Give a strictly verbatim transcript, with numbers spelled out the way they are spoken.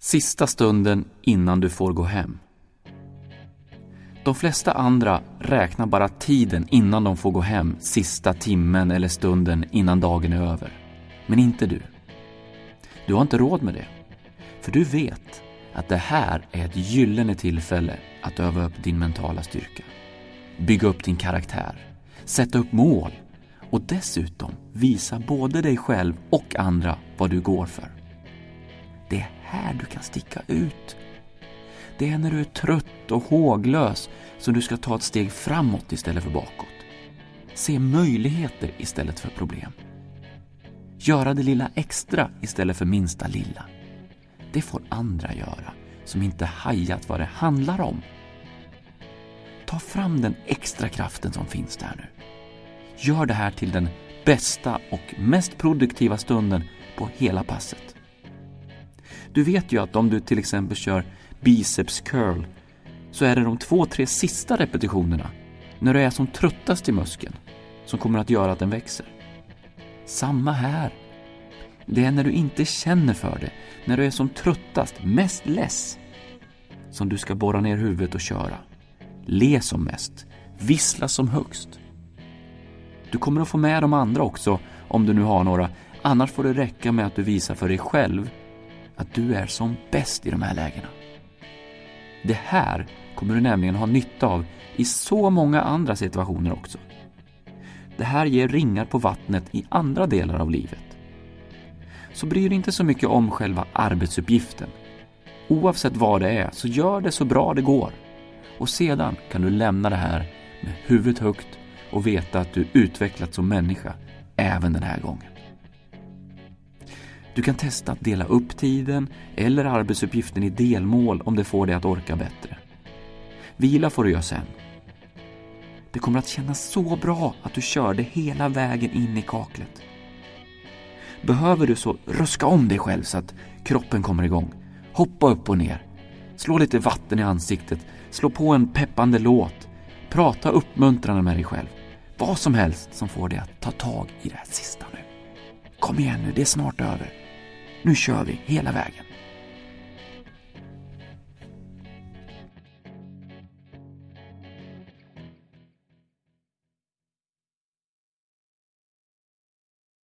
Sista stunden innan du får gå hem. De flesta andra räknar bara tiden innan de får gå hem, sista timmen eller stunden innan dagen är över. Men inte du. Du har inte råd med det. För du vet att det här är ett gyllene tillfälle att öva upp din mentala styrka. Bygga upp din karaktär. Sätta upp mål. Och dessutom visa både dig själv och andra vad du går för. Det är här du kan sticka ut. Det är när du är trött och håglös som du ska ta ett steg framåt istället för bakåt. Se möjligheter istället för problem. Göra det lilla extra istället för minsta lilla. Det får andra göra som inte hajat vad det handlar om. Ta fram den extra kraften som finns där nu. Gör det här till den bästa och mest produktiva stunden på hela passet. Du vet ju att om du till exempel kör biceps curl så är det de två, tre sista repetitionerna när du är som tröttast i muskeln som kommer att göra att den växer. Samma här. Det är när du inte känner för det, när du är som tröttast, mest less, som du ska borra ner huvudet och köra. Le som mest, vissla som högst. Du kommer att få med de andra också om du nu har några, annars får det räcka med att du visar för dig själv att du är som bäst i de här lägena. Det här kommer du nämligen ha nytta av i så många andra situationer också. Det här ger ringar på vattnet i andra delar av livet. Så bryr dig inte så mycket om själva arbetsuppgiften. Oavsett vad det är så gör det så bra det går. Och sedan kan du lämna det här med huvudet högt och veta att du utvecklats som människa även den här gången. Du kan testa att dela upp tiden eller arbetsuppgiften i delmål om det får dig att orka bättre. Vila får du göra sen. Det kommer att kännas så bra att du körde hela vägen in i kaklet. Behöver du så ruska om dig själv så att kroppen kommer igång. Hoppa upp och ner. Slå lite vatten i ansiktet. Slå på en peppande låt. Prata uppmuntrande med dig själv. Vad som helst som får dig att ta tag i det här sista nu. Kom igen nu, det är snart över. Nu kör vi hela vägen.